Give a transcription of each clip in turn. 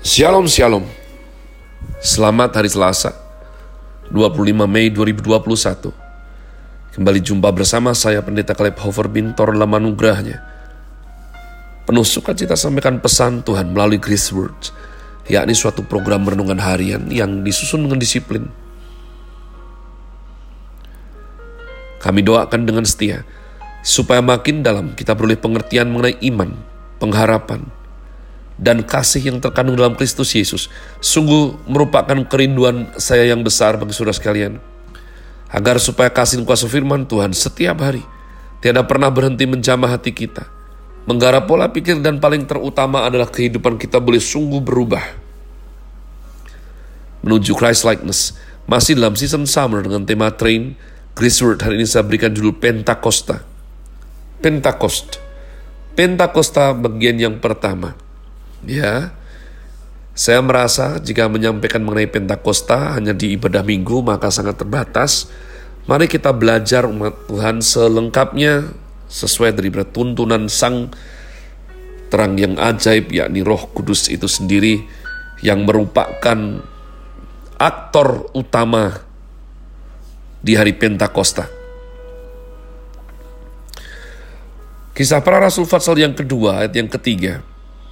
Shalom Shalom. Selamat hari Selasa 25 Mei 2021. Kembali jumpa bersama saya Pendeta Caleb Hofer Bintor dalam anugerahnya. Penuh sukacita sampaikan pesan Tuhan melalui Grace Words, yakni suatu program renungan harian yang disusun dengan disiplin. Kami doakan dengan setia supaya makin dalam kita beroleh pengertian mengenai iman, pengharapan, dan kasih yang terkandung dalam Kristus Yesus. Sungguh merupakan kerinduan saya yang besar bagi saudara sekalian, agar supaya kasih dan kuasa firman Tuhan setiap hari tiada pernah berhenti menjamah hati kita, menggarap pola pikir, dan paling terutama adalah kehidupan kita boleh sungguh berubah menuju Christ likeness. Masih dalam season summer dengan tema Train, Grace Word hari ini saya berikan judul Pentakosta. Pentakosta bagian yang pertama. Ya, saya merasa jika menyampaikan mengenai Pentakosta hanya di ibadah minggu maka sangat terbatas. Mari kita belajar umat Tuhan selengkapnya sesuai dari tuntunan Sang Terang yang ajaib, yakni Roh Kudus itu sendiri yang merupakan aktor utama di hari Pentakosta. Kisah Para Rasul pasal yang kedua ayat yang ketiga.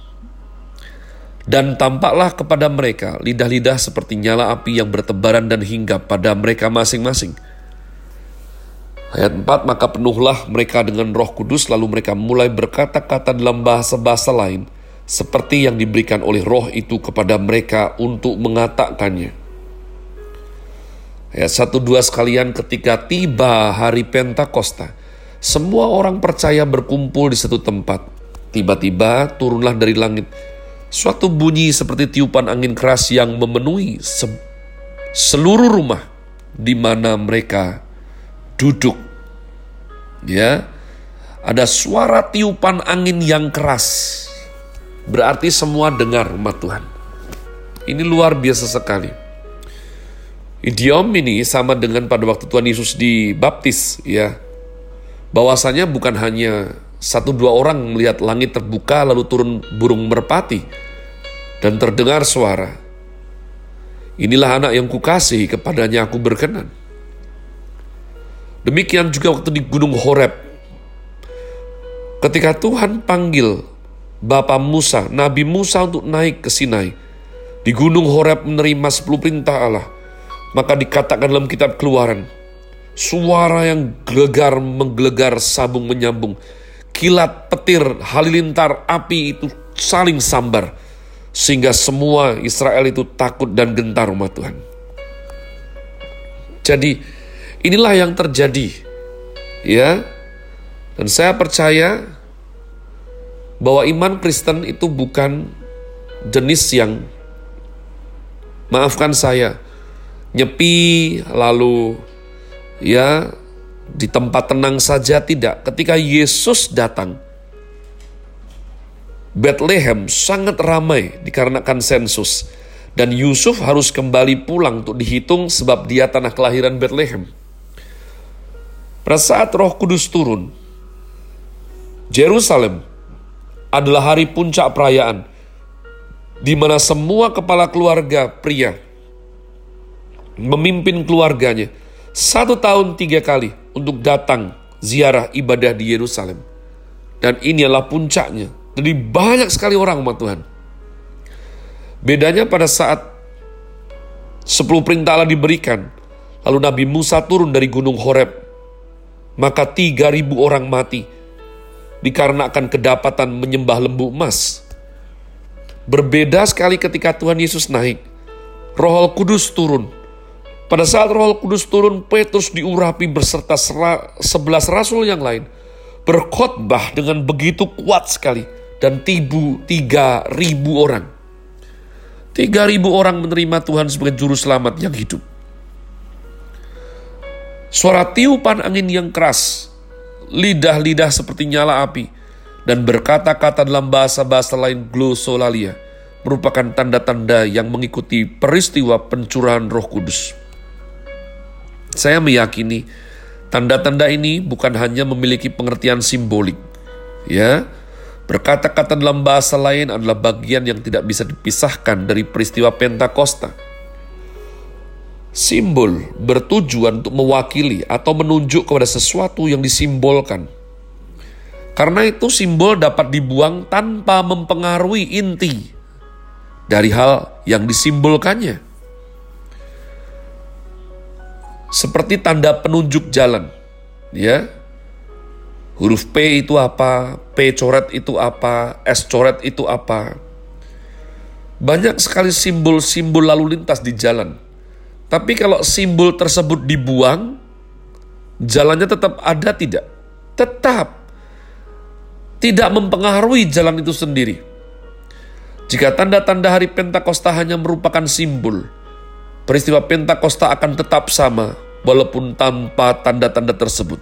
Dan tampaklah kepada mereka lidah-lidah seperti nyala api yang bertebaran dan hinggap pada mereka masing-masing. Ayat 4, maka penuhlah mereka dengan Roh Kudus, lalu mereka mulai berkata-kata dalam bahasa-bahasa lain, seperti yang diberikan oleh Roh itu kepada mereka untuk mengatakannya. Ayat 1-2 sekalian, ketika tiba hari Pentakosta, semua orang percaya berkumpul di satu tempat. Tiba-tiba turunlah dari langit suatu bunyi seperti tiupan angin keras yang memenuhi seluruh rumah di mana mereka duduk. Ya, ada suara tiupan angin yang keras. Berarti semua dengar, umat Tuhan. Ini luar biasa sekali. Idiom ini sama dengan pada waktu Tuhan Yesus dibaptis, ya. Bahwasanya bukan hanya 1-2 orang melihat langit terbuka lalu turun burung merpati dan terdengar suara, inilah anak yang kukasihi, kepadanya aku berkenan. Demikian juga waktu di Gunung Horeb, ketika Tuhan panggil Bapa Musa, Nabi Musa untuk naik ke Sinai. Di Gunung Horeb menerima 10 perintah Allah. Maka dikatakan dalam kitab Keluaran, suara yang gelegar menggelegar, sabung menyambung, kilat petir, halilintar api itu saling sambar, sehingga semua Israel itu takut dan gentar, umat Tuhan. Jadi inilah yang terjadi, ya. Dan saya percaya bahwa iman Kristen itu bukan jenis yang, maafkan saya, nyepi lalu ya di tempat tenang saja. Tidak. Ketika Yesus datang, Bethlehem sangat ramai dikarenakan sensus, dan Yusuf harus kembali pulang untuk dihitung sebab dia tanah kelahiran Bethlehem. Pada saat Roh Kudus turun, Yerusalem adalah hari puncak perayaan, di mana semua kepala keluarga pria memimpin keluarganya 1 tahun 3 kali untuk datang ziarah ibadah di Yerusalem. Dan ini adalah puncaknya. Jadi banyak sekali orang, umat Tuhan. Bedanya pada saat 10 perintah Allah diberikan, lalu Nabi Musa turun dari Gunung Horeb, maka 3.000 orang mati dikarenakan kedapatan menyembah lembu emas. Berbeda sekali ketika Tuhan Yesus naik, Roh Kudus turun. Pada saat Roh Kudus turun, Petrus diurapi beserta 11 rasul yang lain berkhotbah dengan begitu kuat sekali, dan 3.000 orang. 3.000 orang menerima Tuhan sebagai juru selamat yang hidup. Suara tiupan angin yang keras, lidah-lidah seperti nyala api, dan berkata-kata dalam bahasa-bahasa lain glosolalia merupakan tanda-tanda yang mengikuti peristiwa pencurahan Roh Kudus. Saya meyakini tanda-tanda ini bukan hanya memiliki pengertian simbolik, ya, Berkata-kata dalam bahasa lain adalah bagian yang tidak bisa dipisahkan dari peristiwa Pentakosta. Simbol bertujuan untuk mewakili atau menunjuk kepada sesuatu yang disimbolkan. Karena itu simbol dapat dibuang tanpa mempengaruhi inti dari hal yang disimbolkannya. Seperti tanda penunjuk jalan, ya. Huruf P itu apa, P coret itu apa, S coret itu apa. Banyak sekali simbol-simbol lalu lintas di jalan. Tapi kalau simbol tersebut dibuang, jalannya tetap ada tidak? Tetap. Tidak mempengaruhi jalan itu sendiri. Jika tanda-tanda hari Pentakosta hanya merupakan simbol, peristiwa Pentakosta akan tetap sama walaupun tanpa tanda-tanda tersebut.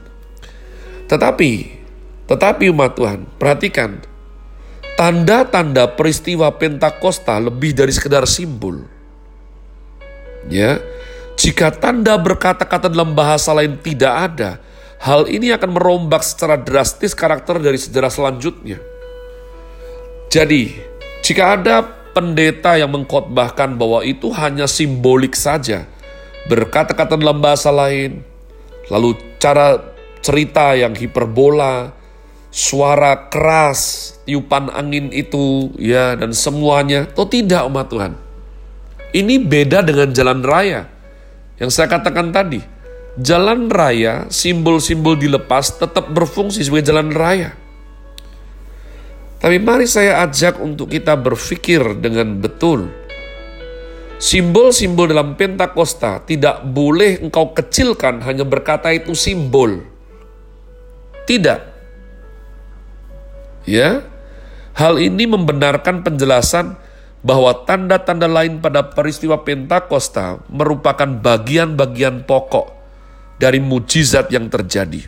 Tetapi umat Tuhan, perhatikan, tanda-tanda peristiwa Pentakosta lebih dari sekedar simbol. Ya, jika tanda berkata-kata dalam bahasa lain tidak ada, hal ini akan merombak secara drastis karakter dari sejarah selanjutnya. Jadi, jika ada pendeta yang mengkhotbahkan bahwa itu hanya simbolik saja, berkata-kata dalam bahasa lain, lalu cara cerita yang hiperbola, suara keras, tiupan angin itu, ya, dan semuanya, atau tidak umat Tuhan. Ini beda dengan jalan raya. Yang saya katakan tadi, jalan raya, simbol-simbol dilepas tetap berfungsi sebagai jalan raya. Tapi mari saya ajak untuk kita berpikir dengan betul. Simbol-simbol dalam Pentakosta tidak boleh engkau kecilkan hanya berkata itu simbol. Tidak. Ya, hal ini membenarkan penjelasan bahwa tanda-tanda lain pada peristiwa Pentakosta merupakan bagian-bagian pokok dari mujizat yang terjadi.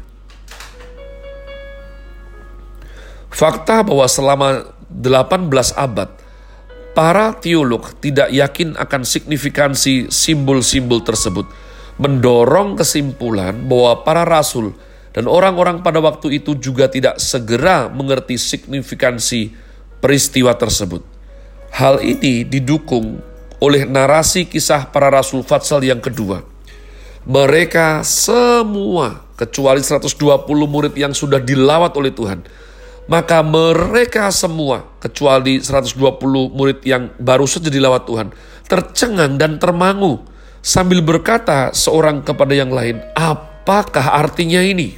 Fakta bahwa selama 18 abad, para teolog tidak yakin akan signifikansi simbol-simbol tersebut, mendorong kesimpulan bahwa para rasul dan orang-orang pada waktu itu juga tidak segera mengerti signifikansi peristiwa tersebut. Hal ini didukung oleh narasi kisah para rasul Fatsal yang kedua. Mereka semua, kecuali 120 murid yang sudah dilawat oleh Tuhan, maka mereka semua, kecuali 120 murid yang baru saja dilawat Tuhan, tercengang dan termangu sambil berkata seorang kepada yang lain, apakah artinya ini?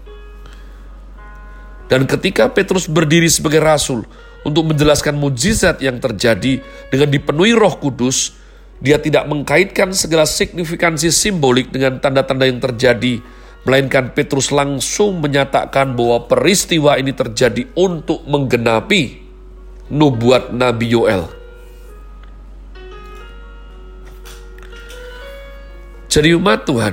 Dan ketika Petrus berdiri sebagai rasul untuk menjelaskan mujizat yang terjadi dengan dipenuhi Roh Kudus, dia tidak mengkaitkan segala signifikansi simbolik dengan tanda-tanda yang terjadi, melainkan Petrus langsung menyatakan bahwa peristiwa ini terjadi untuk menggenapi nubuat Nabi Yoel. Jadi umat Tuhan,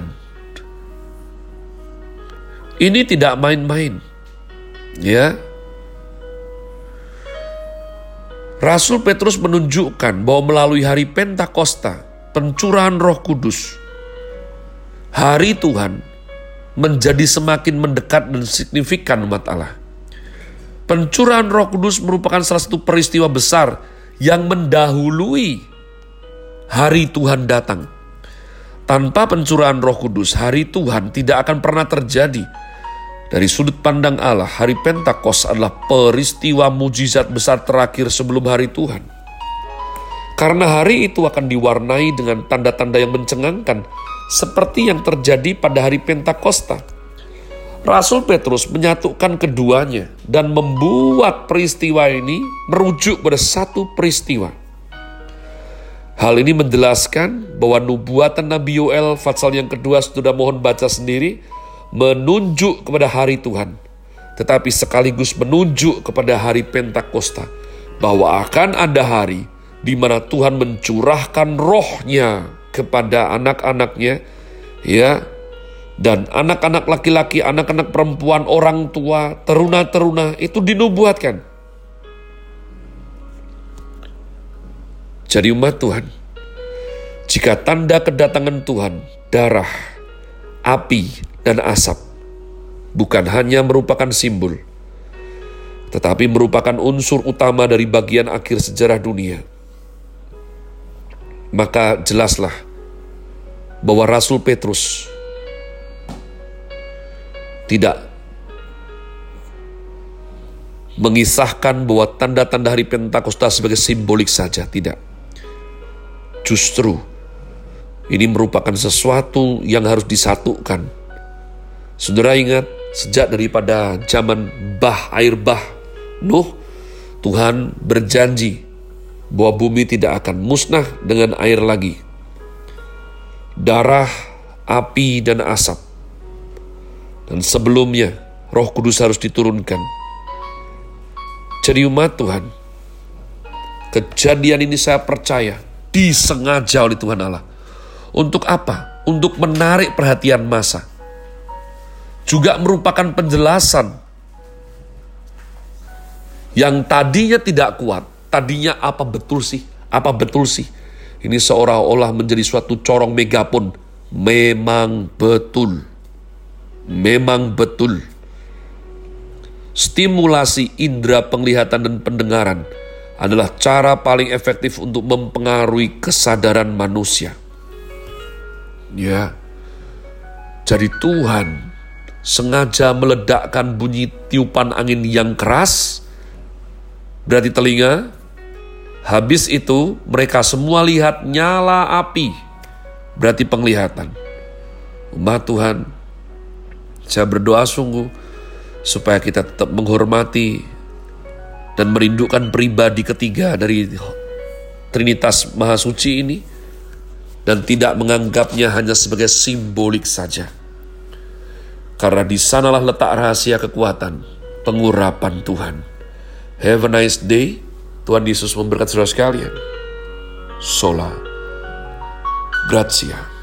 ini tidak main-main. Ya, Rasul Petrus menunjukkan bahwa melalui hari Pentakosta, pencurahan Roh Kudus, hari Tuhan menjadi semakin mendekat dan signifikan umat Allah. Pencurahan Roh Kudus merupakan salah satu peristiwa besar yang mendahului hari Tuhan datang. Tanpa pencurahan Roh Kudus, hari Tuhan tidak akan pernah terjadi. Dari sudut pandang Allah, hari Pentakos adalah peristiwa mujizat besar terakhir sebelum hari Tuhan. Karena hari itu akan diwarnai dengan tanda-tanda yang mencengangkan, seperti yang terjadi pada hari Pentakosta. Rasul Petrus menyatukan keduanya dan membuat peristiwa ini merujuk pada satu peristiwa. Hal ini menjelaskan bahwa nubuatan Nabi Yoel Fatsal yang kedua, sudah mohon baca sendiri, menunjuk kepada hari Tuhan, tetapi sekaligus menunjuk kepada hari Pentakosta, bahwa akan ada hari di mana Tuhan mencurahkan rohnya kepada anak-anaknya, ya, dan anak-anak laki-laki, anak-anak perempuan, orang tua, teruna-teruna, itu dinubuatkan. Jadi umat Tuhan, jika tanda kedatangan Tuhan, darah, api, dan asap bukan hanya merupakan simbol, tetapi merupakan unsur utama dari bagian akhir sejarah dunia. Maka jelaslah bahwa Rasul Petrus tidak mengisahkan bahwa tanda-tanda hari Pentakosta sebagai simbolik saja, tidak. Justru ini merupakan sesuatu yang harus disatukan. Saudara ingat, sejak daripada zaman air bah Nuh, Tuhan berjanji bahwa bumi tidak akan musnah dengan air lagi. Darah, api, dan asap. Dan sebelumnya, Roh Kudus harus diturunkan. Jadi umat Tuhan, kejadian ini saya percaya disengaja oleh Tuhan Allah. Untuk apa? Untuk menarik perhatian massa. Juga merupakan penjelasan yang tadinya tidak kuat. Tadinya apa betul sih? Apa betul sih? Ini seolah-olah menjadi suatu corong megapon. Memang betul. Memang betul. Stimulasi indera penglihatan dan pendengaran adalah cara paling efektif untuk mempengaruhi kesadaran manusia. Ya. Jadi Tuhan sengaja meledakkan bunyi tiupan angin yang keras, berarti telinga. Habis itu mereka semua lihat nyala api, berarti penglihatan. Umat Tuhan, saya berdoa sungguh supaya kita tetap menghormati dan merindukan pribadi ketiga dari Trinitas Maha Suci ini, dan tidak menganggapnya hanya sebagai simbolik saja. Karena di sanalah letak rahasia kekuatan pengurapan Tuhan. Have a nice day. Tuhan Yesus memberkati saudara sekalian. Sola Gratia.